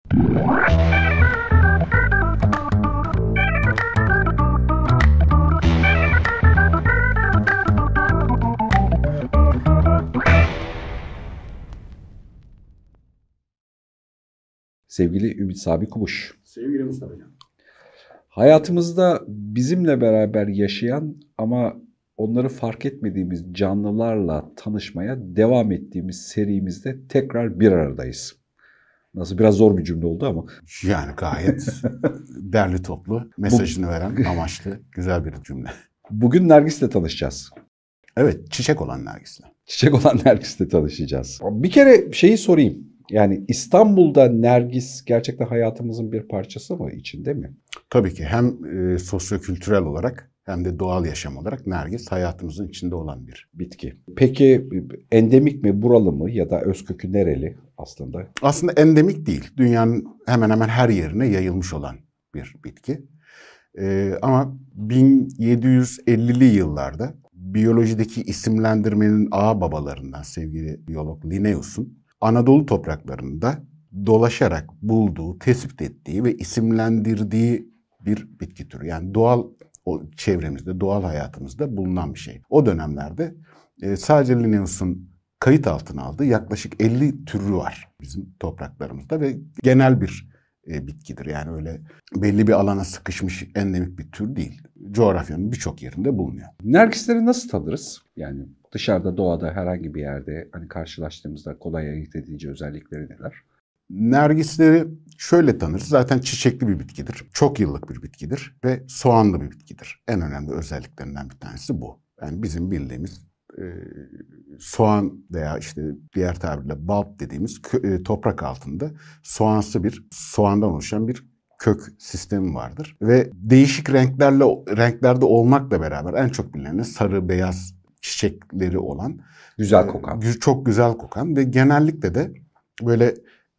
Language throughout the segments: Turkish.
Sevgili Ümit Sabi Kubuş. Sevgili Mustafa Hocam. Hayatımızda bizimle beraber yaşayan ama onları fark etmediğimiz canlılarla tanışmaya devam ettiğimiz serimizde tekrar bir aradayız. Nasıl, biraz zor bir cümle oldu ama. Yani gayet derli toplu, mesajını veren amaçlı güzel bir cümle. Bugün Nergis'le tanışacağız. Evet, çiçek olan Nergis'le. Çiçek olan Nergis'le tanışacağız. Bir kere şeyi sorayım. Yani İstanbul'da Nergis gerçekten hayatımızın bir parçası mı, içinde mi? Tabii ki hem sosyokültürel olarak hem de doğal yaşam olarak Nergis hayatımızın içinde olan bir bitki. Peki endemik mi, buralı mı ya da özkökü nereli aslında? Aslında endemik değil. Dünyanın hemen hemen her yerine yayılmış olan bir bitki. Ama 1750'li yıllarda biyolojideki isimlendirmenin ağababalarından sevgili biyolog Linnaeus'un Anadolu topraklarında dolaşarak bulduğu, tespit ettiği ve isimlendirdiği bir bitki türü. Yani doğal çevremizde, doğal hayatımızda bulunan bir şey. O dönemlerde sadece Linnaeus'un kayıt altına aldığı yaklaşık 50 türü var bizim topraklarımızda ve genel bir bitkidir. Yani öyle belli bir alana sıkışmış endemik bir tür değil. Coğrafyanın birçok yerinde bulunuyor. Nergisleri nasıl tanırız? Yani dışarıda, doğada, herhangi bir yerde hani karşılaştığımızda kolay ayırt edici özellikleri neler? Nergisleri şöyle tanırız. Zaten çiçekli bir bitkidir. Çok yıllık bir bitkidir ve soğanlı bir bitkidir. En önemli özelliklerinden bir tanesi bu. Yani bizim bildiğimiz soğan veya işte diğer tabirle bulb dediğimiz toprak altında soğandan oluşan bir kök sistemi vardır. Ve değişik renklerde olmakla beraber en çok bilinen sarı, beyaz çiçekleri olan, güzel kokan, çok güzel kokan ve genellikle de böyle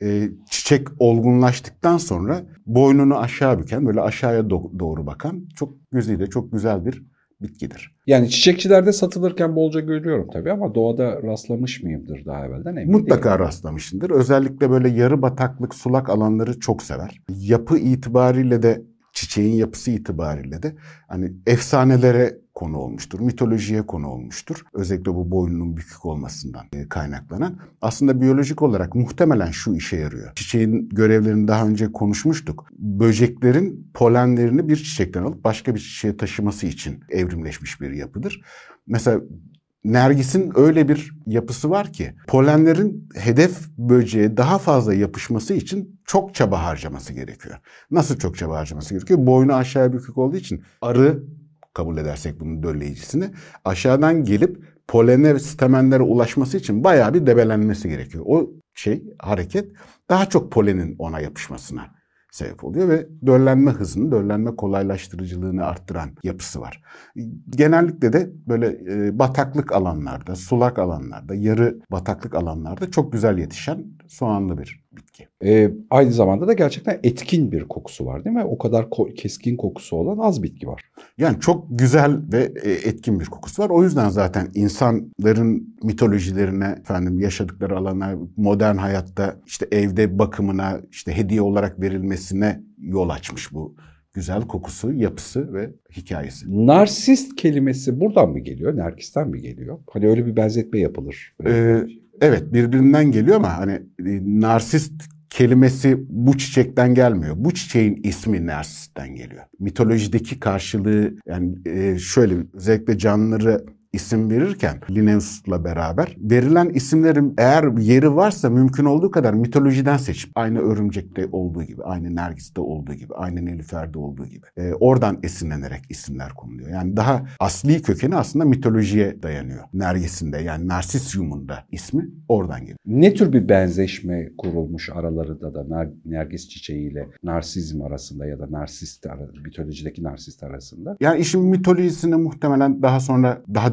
çiçek olgunlaştıktan sonra boynunu aşağı büken, böyle aşağıya doğru bakan çok güzide, çok güzel bir bitkidir. Yani çiçekçilerde satılırken bolca görüyorum tabii ama doğada rastlamış mıyımdır daha evvelden, emin Mutlaka değilim. rastlamışsındır. Özellikle böyle yarı bataklık, sulak alanları çok sever. Yapı itibariyle de, çiçeğin yapısı itibariyle de hani efsanelere konu olmuştur, mitolojiye konu olmuştur. Özellikle bu boynunun bükük olmasından kaynaklanan. Aslında biyolojik olarak muhtemelen şu işe yarıyor. Çiçeğin görevlerini daha önce konuşmuştuk. Böceklerin polenlerini bir çiçekten alıp başka bir çiçeğe taşıması için evrimleşmiş bir yapıdır. Mesela Nergis'in öyle bir yapısı var ki polenlerin hedef böceğe daha fazla yapışması için çok çaba harcaması gerekiyor. Nasıl çok çaba harcaması gerekiyor? Boynu aşağıya bükük olduğu için arı, kabul edersek bunun dölleyicisini, aşağıdan gelip polene ve stamenlere ulaşması için bayağı bir debelenmesi gerekiyor. O hareket daha çok polenin ona yapışmasına sebep oluyor ve döllenme hızını, döllenme kolaylaştırıcılığını arttıran yapısı var. Genellikle de böyle bataklık alanlarda, sulak alanlarda, yarı bataklık alanlarda çok güzel yetişen soğanlı bir bitki. Aynı zamanda da gerçekten etkin bir kokusu var değil mi? O kadar keskin kokusu olan az bitki var. Yani çok güzel ve etkin bir kokusu var. O yüzden zaten insanların mitolojilerine, yaşadıkları alana, modern hayatta işte evde bakımına, işte hediye olarak verilmesine yol açmış bu güzel kokusu, yapısı ve hikayesi. Narsist kelimesi buradan mı geliyor? Nergis'ten mi geliyor? Hani öyle bir benzetme yapılır. Evet, birbirinden geliyor ama hani narsist kelimesi bu çiçekten gelmiyor. Bu çiçeğin ismi narsistten geliyor. Mitolojideki karşılığı, yani şöyle, özellikle canlıları isim verirken Linnaeus'la beraber verilen isimlerin eğer yeri varsa mümkün olduğu kadar mitolojiden seçip, aynı örümcekte olduğu gibi, aynı nergiste olduğu gibi, aynı nilüferde olduğu gibi oradan esinlenerek isimler konuluyor. Yani daha asli kökeni aslında mitolojiye dayanıyor. Nergis'inde, yani Narsisyum'un da ismi oradan geliyor. Ne tür bir benzeşme kurulmuş aralarında da nergis çiçeğiyle narsizm arasında ya da mitolojideki narsist arasında? Yani işin mitolojisini muhtemelen daha sonra daha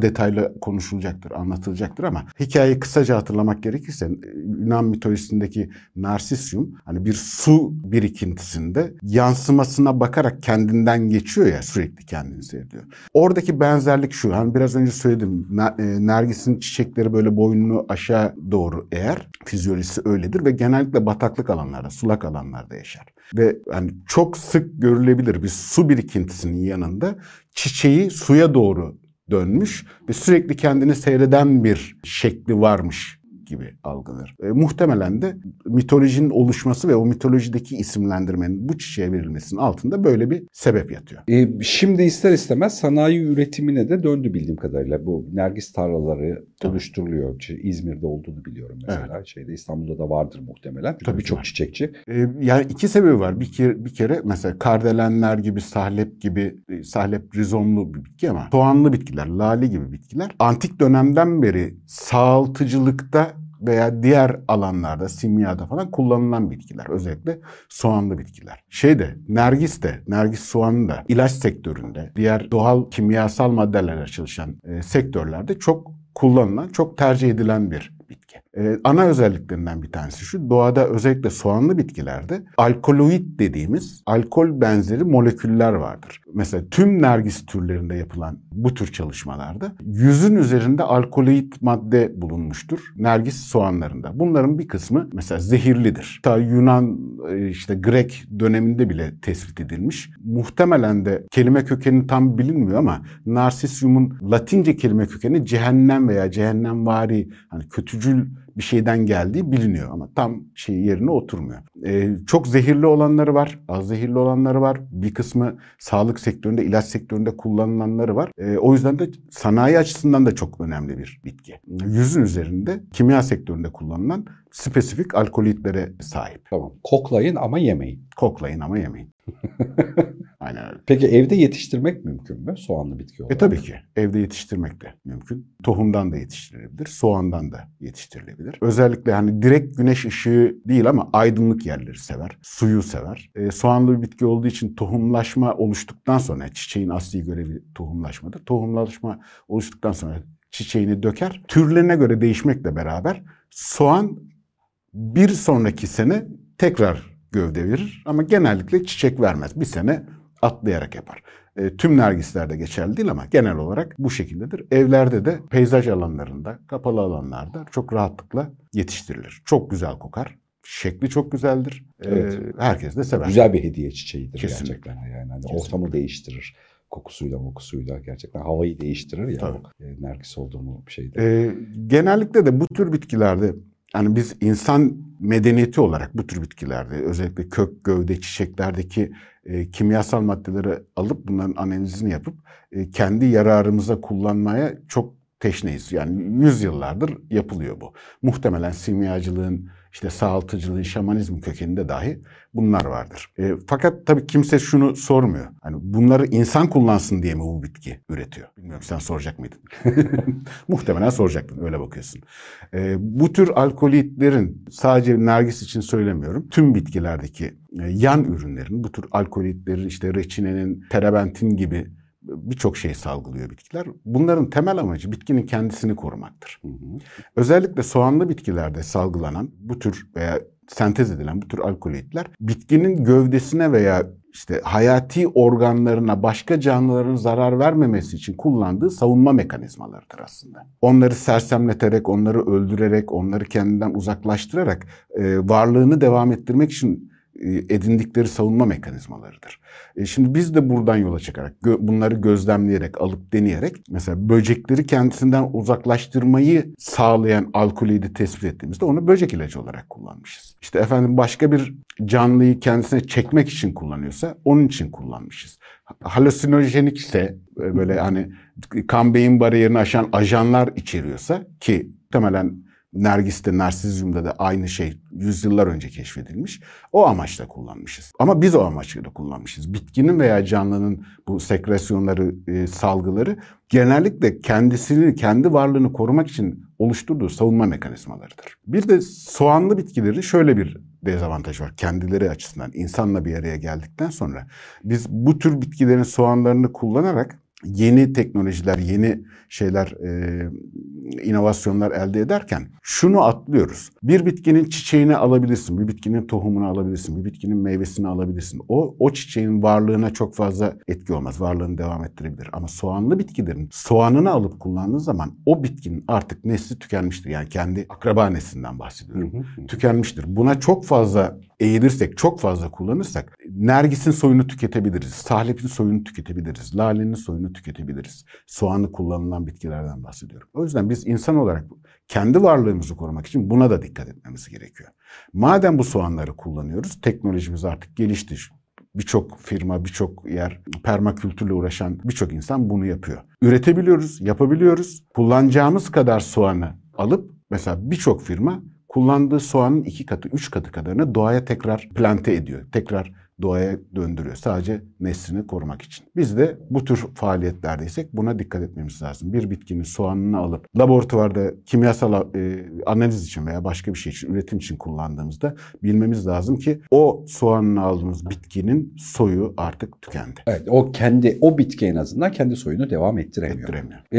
detaylı konuşulacaktır, anlatılacaktır ama hikayeyi kısaca hatırlamak gerekirse Yunan mitolojisindeki Narsisyum hani bir su birikintisinde yansımasına bakarak kendinden geçiyor ya, sürekli kendini seyrediyor. Oradaki benzerlik şu, hani biraz önce söyledim, Nergis'in çiçekleri böyle boynunu aşağı doğru eğer, fizyolojisi öyledir ve genellikle bataklık alanlarda, sulak alanlarda yaşar. Ve hani çok sık görülebilir bir su birikintisinin yanında çiçeği suya doğru dönmüş ve sürekli kendini seyreden bir şekli varmış gibi algılanır. Muhtemelen de mitolojinin oluşması ve o mitolojideki isimlendirmenin bu çiçeğe verilmesinin altında böyle bir sebep yatıyor. Şimdi ister istemez sanayi üretimine de döndü bildiğim kadarıyla. Bu nergis tarlaları oluşturuluyor. İzmir'de olduğunu biliyorum mesela. Evet. İstanbul'da da vardır muhtemelen. Tabii birçok çiçekçi. Yani iki sebebi var. Bir kere mesela kardelenler gibi, sahlep rizomlu bir bitki ama soğanlı bitkiler, lale gibi bitkiler antik dönemden beri sağaltıcılıkta veya diğer alanlarda, simyada falan kullanılan bitkiler. Özellikle soğanlı bitkiler. Nergis soğanı da ilaç sektöründe, diğer doğal kimyasal maddelerle çalışan sektörlerde çok kullanılan, çok tercih edilen bir bitki. Ana özelliklerinden bir tanesi şu, doğada özellikle soğanlı bitkilerde alkaloid dediğimiz alkol benzeri moleküller vardır. Mesela tüm nergis türlerinde yapılan bu tür çalışmalarda 100'ün üzerinde alkaloid madde bulunmuştur nergis soğanlarında. Bunların bir kısmı mesela zehirlidir. Ta Yunan, Grek döneminde bile tespit edilmiş. Muhtemelen de kelime kökeni tam bilinmiyor ama Narsisyum'un Latince kelime kökeni cehennem veya cehennemvari, hani kötücül bir şeyden geldiği biliniyor ama tam yerine oturmuyor. Çok zehirli olanları var, az zehirli olanları var. Bir kısmı sağlık sektöründe, ilaç sektöründe kullanılanları var. O yüzden de sanayi açısından da çok önemli bir bitki. 100'ün üzerinde kimya sektöründe kullanılan spesifik alkoloidlere sahip. Tamam. Koklayın ama yemeyin. Koklayın ama yemeyin. Aynen öyle. Peki evde yetiştirmek mümkün mü soğanlı bitki olarak? Tabii ki. Evde yetiştirmek de mümkün. Tohumdan da yetiştirilebilir, soğandan da yetiştirilebilir. Özellikle hani direkt güneş ışığı değil ama aydınlık yerleri sever, suyu sever. Soğanlı bir bitki olduğu için tohumlaşma oluştuktan sonra, çiçeğin asli görevi tohumlaşmadır. Tohumlaşma oluştuktan sonra çiçeğini döker. Türlerine göre değişmekle beraber soğan bir sonraki sene tekrar gövde verir ama genellikle çiçek vermez. Bir sene atlayarak yapar. Tüm nergislerde geçerli değil ama genel olarak bu şekildedir. Evlerde de peyzaj alanlarında, kapalı alanlarda çok rahatlıkla yetiştirilir. Çok güzel kokar. Şekli çok güzeldir. Evet. Herkes de sever. Güzel bir hediye çiçeğidir. Kesinlikle. Gerçekten. Yani hani ortamı değiştirir. Kokusuyla gerçekten havayı değiştirir ya. Nergis olduğunu bir şeyde. Genellikle de bu tür bitkilerde, yani biz insan medeniyeti olarak bu tür bitkilerde, özellikle kök, gövde, çiçeklerdeki kimyasal maddeleri alıp bunların analizini yapıp kendi yararımıza kullanmaya çok teşneyiz. Yani yüzyıllardır yapılıyor bu. Muhtemelen simyacılığın, sağaltıcılığın, şamanizm kökeninde dahi bunlar vardır. Fakat tabii kimse şunu sormuyor. Hani bunları insan kullansın diye mi bu bitki üretiyor? Bilmiyorum, sen soracak mıydın? Muhtemelen soracaktın, öyle bakıyorsun. Bu tür alkoloidlerin, sadece nergis için söylemiyorum, tüm bitkilerdeki yan ürünlerin, bu tür alkoloidlerin, reçinenin, terebentin gibi birçok şey salgılıyor bitkiler. Bunların temel amacı bitkinin kendisini korumaktır. Özellikle soğanlı bitkilerde salgılanan bu tür veya sentez edilen bu tür alkoloidler bitkinin gövdesine veya hayati organlarına başka canlıların zarar vermemesi için kullandığı savunma mekanizmalarıdır aslında. Onları sersemleterek, onları öldürerek, onları kendinden uzaklaştırarak varlığını devam ettirmek için edindikleri savunma mekanizmalarıdır. Şimdi biz de buradan yola çıkarak, bunları gözlemleyerek, alıp deneyerek, mesela böcekleri kendisinden uzaklaştırmayı sağlayan alkoloidi tespit ettiğimizde onu böcek ilacı olarak kullanmışız. Başka bir canlıyı kendisine çekmek için kullanıyorsa onun için kullanmışız. Halüsinojenik ise böyle hani kan beyin bariyerini aşan ajanlar içeriyorsa, ki muhtemelen Nergis'te, Narsizyum'da da aynı şey yüzyıllar önce keşfedilmiş. O amaçla kullanmışız. Ama biz o amaçla kullanmışız. Bitkinin veya canlının bu sekresyonları, salgıları genellikle kendisini, kendi varlığını korumak için oluşturduğu savunma mekanizmalarıdır. Bir de soğanlı bitkilerin şöyle bir dezavantajı var kendileri açısından. İnsanla bir araya geldikten sonra biz bu tür bitkilerin soğanlarını kullanarak yeni teknolojiler, yeni şeyler, inovasyonlar elde ederken şunu atlıyoruz. Bir bitkinin çiçeğini alabilirsin, bir bitkinin tohumunu alabilirsin, bir bitkinin meyvesini alabilirsin. O çiçeğin varlığına çok fazla etki olmaz. Varlığını devam ettirebilir. Ama soğanlı bitkilerin soğanını alıp kullandığın zaman o bitkinin artık nesli tükenmiştir. Yani kendi akraba neslinden bahsediyorum. Tükenmiştir. Buna çok fazla eğilirsek, çok fazla kullanırsak nergisin soyunu tüketebiliriz. Sahlepin soyunu tüketebiliriz. Lalenin soyunu tüketebiliriz. Soğanı kullanılan bitkilerden bahsediyorum. O yüzden biz insan olarak kendi varlığımızı korumak için buna da dikkat etmemiz gerekiyor. Madem bu soğanları kullanıyoruz, teknolojimiz artık gelişti. Birçok firma, birçok yer, permakültürle uğraşan birçok insan bunu yapıyor. Üretebiliyoruz, yapabiliyoruz. Kullanacağımız kadar soğanı alıp mesela birçok firma kullandığı soğanın 2 katı, 3 katı kadarını doğaya tekrar plante ediyor. Tekrar doğaya döndürüyor. Sadece neslini korumak için. Biz de bu tür faaliyetlerdeysek buna dikkat etmemiz lazım. Bir bitkinin soğanını alıp laboratuvarda kimyasal analiz için veya başka bir şey için, üretim için kullandığımızda bilmemiz lazım ki o soğanını aldığımız bitkinin soyu artık tükendi. Evet, o bitki en azından kendi soyunu devam ettiremiyor.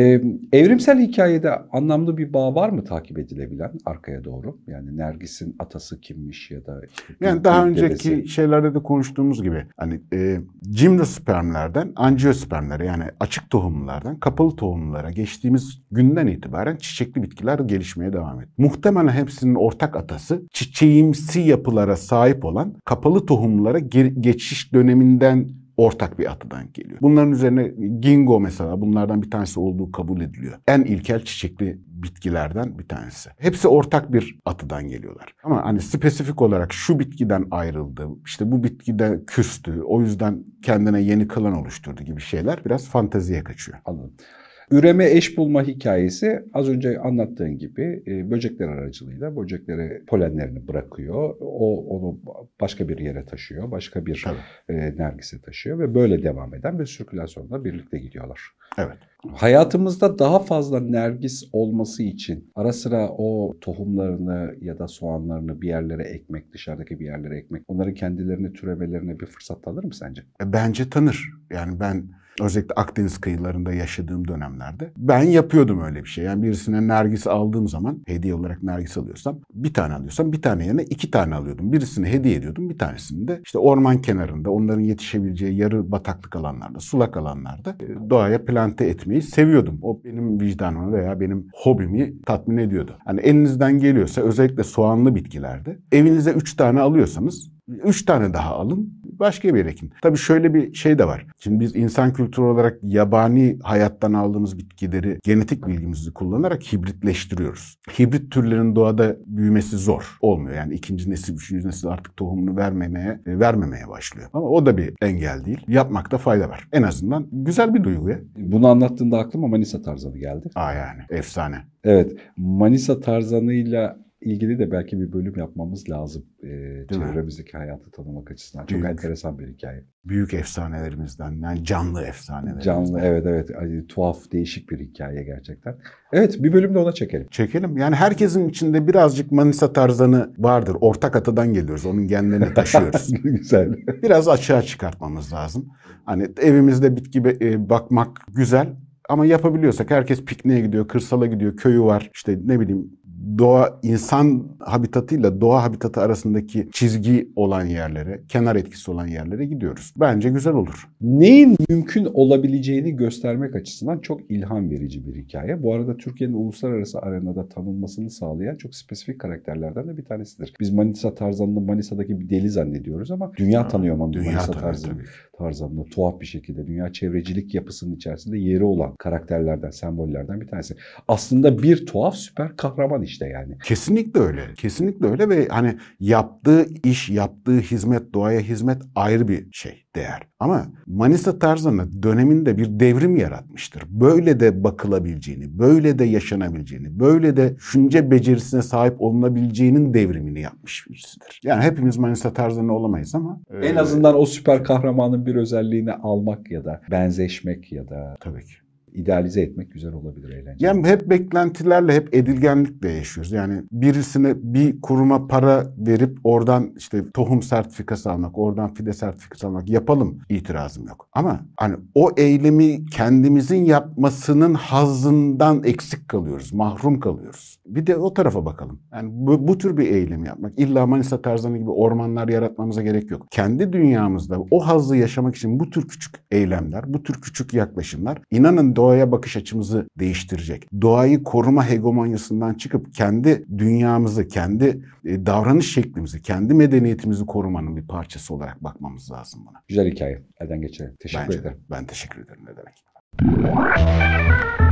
Evrimsel hikayede anlamlı bir bağ var mı takip edilebilen arkaya doğru? Yani Nergis'in atası kimmiş ya da işte yani daha önceki şeylerde de konuştuğumuz gibi hani gimnospermlerden angiospermlere yani açık tohumlulardan kapalı tohumlulara geçtiğimiz günden itibaren çiçekli bitkiler gelişmeye devam etti. Muhtemelen hepsinin ortak atası çiçeğimsi yapılara sahip olan kapalı tohumlulara geçiş döneminden ortak bir atıdan geliyor. Bunların üzerine ginkgo mesela bunlardan bir tanesi olduğu kabul ediliyor. En ilkel çiçekli bitkilerden bir tanesi. Hepsi ortak bir atıdan geliyorlar. Ama hani spesifik olarak şu bitkiden ayrıldı, işte bu bitkide küstü, o yüzden kendine yeni klan oluşturdu gibi şeyler biraz fanteziye kaçıyor. Anladım. Üreme eş bulma hikayesi az önce anlattığın gibi böcekler aracılığıyla böceklere polenlerini bırakıyor. O onu başka bir yere taşıyor, başka bir nergise taşıyor ve böyle devam eden bir sirkülasyonla birlikte gidiyorlar. Evet. Hayatımızda daha fazla nergis olması için ara sıra o tohumlarını ya da soğanlarını bir yerlere ekmek, dışarıdaki bir yerlere ekmek, onların kendilerini türemelerine bir fırsat tanır mı sence? Bence tanır. Yani ben özellikle Akdeniz kıyılarında yaşadığım dönemlerde ben yapıyordum öyle bir şey. Yani birisine nergis aldığım zaman, hediye olarak nergis alıyorsam, bir tane alıyorsam bir tane yerine 2 tane alıyordum. Birisini hediye ediyordum, bir tanesini de işte orman kenarında, onların yetişebileceği yarı bataklık alanlarda, sulak alanlarda doğaya plante etmeyi seviyordum. O benim vicdanımı veya benim hobimi tatmin ediyordu. Hani elinizden geliyorsa özellikle soğanlı bitkilerde evinize 3 tane alıyorsanız 3 tane daha alın, başka bir yere ekin. Tabii şöyle bir şey de var. Şimdi biz insan kültürü olarak yabani hayattan aldığımız bitkileri genetik bilgimizi kullanarak hibritleştiriyoruz. Hibrit türlerin doğada büyümesi zor. Olmuyor. Yani 2. nesil, 3. nesil artık tohumunu vermemeye başlıyor. Ama o da bir engel değil. Yapmakta fayda var. En azından güzel bir duygu ya. Bunu anlattığında aklıma Manisa Tarzanı geldi. Yani efsane. Evet, Manisa Tarzanı'yla ilgili de belki bir bölüm yapmamız lazım. Çevremizdeki hayatı tanımak açısından. Çok enteresan bir hikaye. Büyük efsanelerimizden, yani canlı efsanelerimizden. Canlı, evet. Tuhaf, değişik bir hikaye gerçekten. Evet, bir bölüm de ona çekelim. Çekelim. Yani herkesin içinde birazcık Manisa Tarzanı vardır. Ortak atadan geliyoruz. Onun genlerini taşıyoruz. Güzel. Biraz açığa çıkartmamız lazım. Hani evimizde bitki bakmak güzel. Ama yapabiliyorsak herkes pikniğe gidiyor, kırsala gidiyor, köyü var. İşte ne bileyim doğa, insan habitatıyla doğa habitatı arasındaki çizgi olan yerlere, kenar etkisi olan yerlere gidiyoruz. Bence güzel olur. Neyin mümkün olabileceğini göstermek açısından çok ilham verici bir hikaye. Bu arada Türkiye'nin uluslararası arenada tanınmasını sağlayan çok spesifik karakterlerden de bir tanesidir. Biz Manisa Tarzanı'nı Manisa'daki bir deli zannediyoruz ama dünya tanıyor Manisa Tarzanı'nı. Tuhaf bir şekilde dünya çevrecilik yapısının içerisinde yeri olan karakterlerden, sembollerden bir tanesi. Aslında bir tuhaf süper kahraman işte yani. Kesinlikle öyle. Kesinlikle öyle ve hani yaptığı iş, yaptığı hizmet, doğaya hizmet ayrı bir şey, değer. Ama Manisa Tarzanı döneminde bir devrim yaratmıştır. Böyle de bakılabileceğini, böyle de yaşanabileceğini, böyle de düşünce becerisine sahip olunabileceğinin devrimini yapmış birisidir. Yani hepimiz Manisa Tarzanı olamayız ama en azından o süper kahramanın bir özelliğini almak ya da benzeşmek ya da tabii ki idealize etmek güzel olabilir, eğlenceli. Yani hep beklentilerle, hep edilgenlikle yaşıyoruz. Yani birisine, bir kuruma para verip oradan işte tohum sertifikası almak, oradan fide sertifikası almak, yapalım, itirazım yok. Ama hani o eylemi kendimizin yapmasının hazzından eksik kalıyoruz, mahrum kalıyoruz. Bir de o tarafa bakalım. Yani bu tür bir eylem yapmak, illa Manisa Tarzanı gibi ormanlar yaratmamıza gerek yok. Kendi dünyamızda o hazzı yaşamak için bu tür küçük eylemler, bu tür küçük yaklaşımlar, inanın, doğaya bakış açımızı değiştirecek. Doğayı koruma hegemonyasından çıkıp kendi dünyamızı, kendi davranış şeklimizi, kendi medeniyetimizi korumanın bir parçası olarak bakmamız lazım buna. Güzel hikaye. Elden geçirelim. Teşekkür ederim. Ben teşekkür ederim. Ne demek.